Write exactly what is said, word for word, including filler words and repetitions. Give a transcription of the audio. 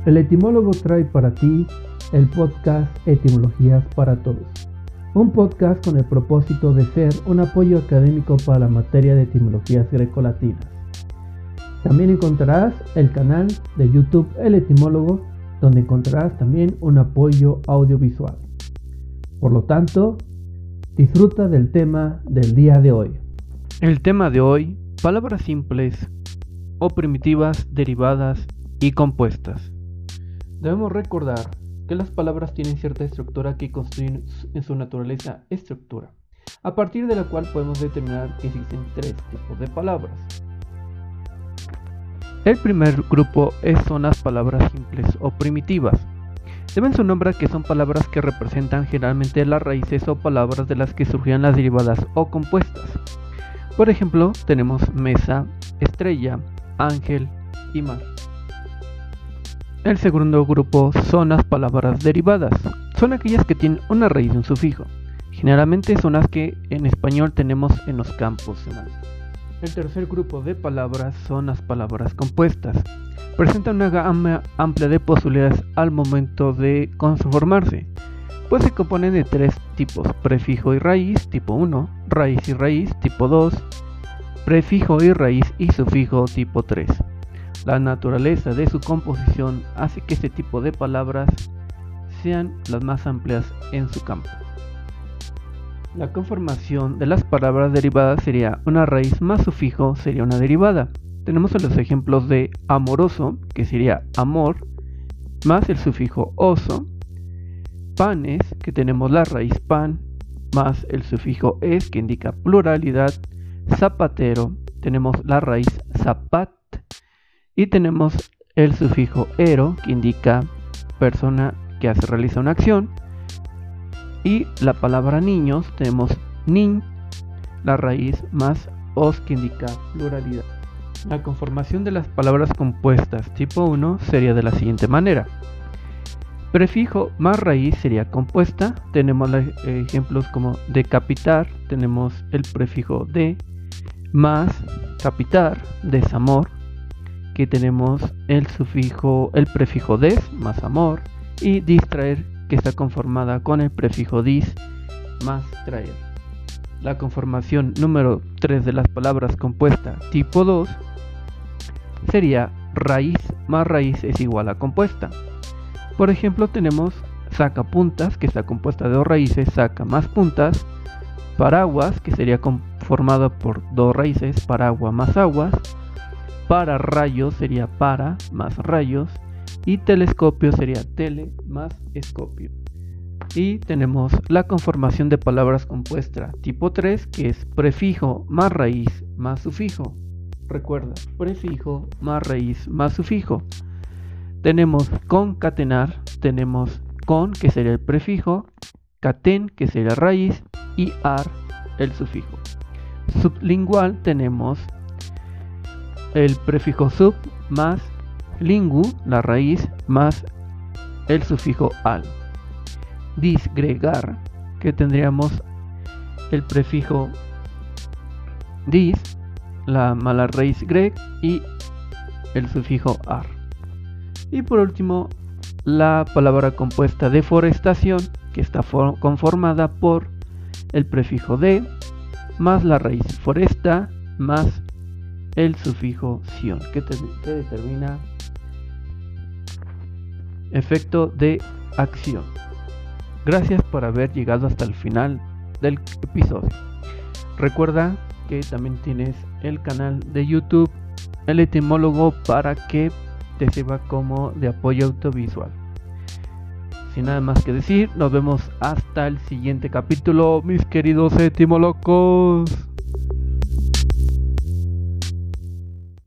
El etimólogo trae para ti el podcast Etimologías para Todos, un podcast con el propósito de ser un apoyo académico para la materia de etimologías grecolatinas. También encontrarás el canal de YouTube El Etimólogo, donde encontrarás también un apoyo audiovisual. Por lo tanto, disfruta del tema del día de hoy. El tema de hoy, palabras simples o primitivas, derivadas y compuestas. Debemos recordar que las palabras tienen cierta estructura que constituyen en su naturaleza estructura, a partir de la cual podemos determinar que existen tres tipos de palabras. El primer grupo es, son las palabras simples o primitivas. Deben su nombre a que son palabras que representan generalmente las raíces o palabras de las que surgían las derivadas o compuestas. Por ejemplo, tenemos mesa, estrella, ángel y mar. El segundo grupo son las palabras derivadas. Son aquellas que tienen una raíz y un sufijo. Generalmente son las que en español tenemos en los campos semánticos. El tercer grupo de palabras son las palabras compuestas. Presentan una gama amplia de posibilidades al momento de conformarse, pues se componen de tres tipos: prefijo y raíz, tipo uno, raíz y raíz, tipo dos, prefijo y raíz y sufijo, tipo tres. La naturaleza de su composición hace que este tipo de palabras sean las más amplias en su campo. La conformación de las palabras derivadas sería una raíz más sufijo, sería una derivada. Tenemos los ejemplos de amoroso, que sería amor, más el sufijo oso; panes, que tenemos la raíz pan, más el sufijo es, que indica pluralidad; zapatero, tenemos la raíz zapat, y tenemos el sufijo ero, que indica persona que hace, realiza una acción. Y la palabra niños, tenemos nin, la raíz más os, que indica pluralidad. La conformación de las palabras compuestas tipo uno sería de la siguiente manera: prefijo más raíz sería compuesta. Tenemos ejemplos como decapitar, tenemos el prefijo de, más capitar, desamor, que tenemos el sufijo, el prefijo des, más amor, y distraer, que está conformada con el prefijo dis, más traer. La conformación número tres de las palabras compuestas tipo dos sería raíz más raíz es igual a compuesta. Por ejemplo, tenemos sacapuntas, que está compuesta de dos raíces, saca más puntas; paraguas, que sería conformado por dos raíces, paragua más aguas; para rayos sería para más rayos; y telescopio sería tele más escopio. Y tenemos la conformación de palabras compuestas tipo tres, que es prefijo más raíz más sufijo. Recuerda, prefijo más raíz más sufijo. Tenemos concatenar, tenemos con, que sería el prefijo; caten, que sería raíz; y ar, el sufijo. Sublingual, tenemos el prefijo sub más lingu, la raíz, más el sufijo al. Disgregar, que tendríamos el prefijo dis, la mala raíz greg, y el sufijo ar. Y por último, la palabra compuesta deforestación, que está conformada por el prefijo de, más la raíz foresta, más el sufijo sion, que, te, que determina efecto de acción. Gracias por haber llegado hasta el final del episodio. Recuerda que también tienes el canal de YouTube El Etimólogo para que te sirva como de apoyo audiovisual. Sin nada más que decir, nos vemos hasta el siguiente capítulo, mis queridos etimólogos.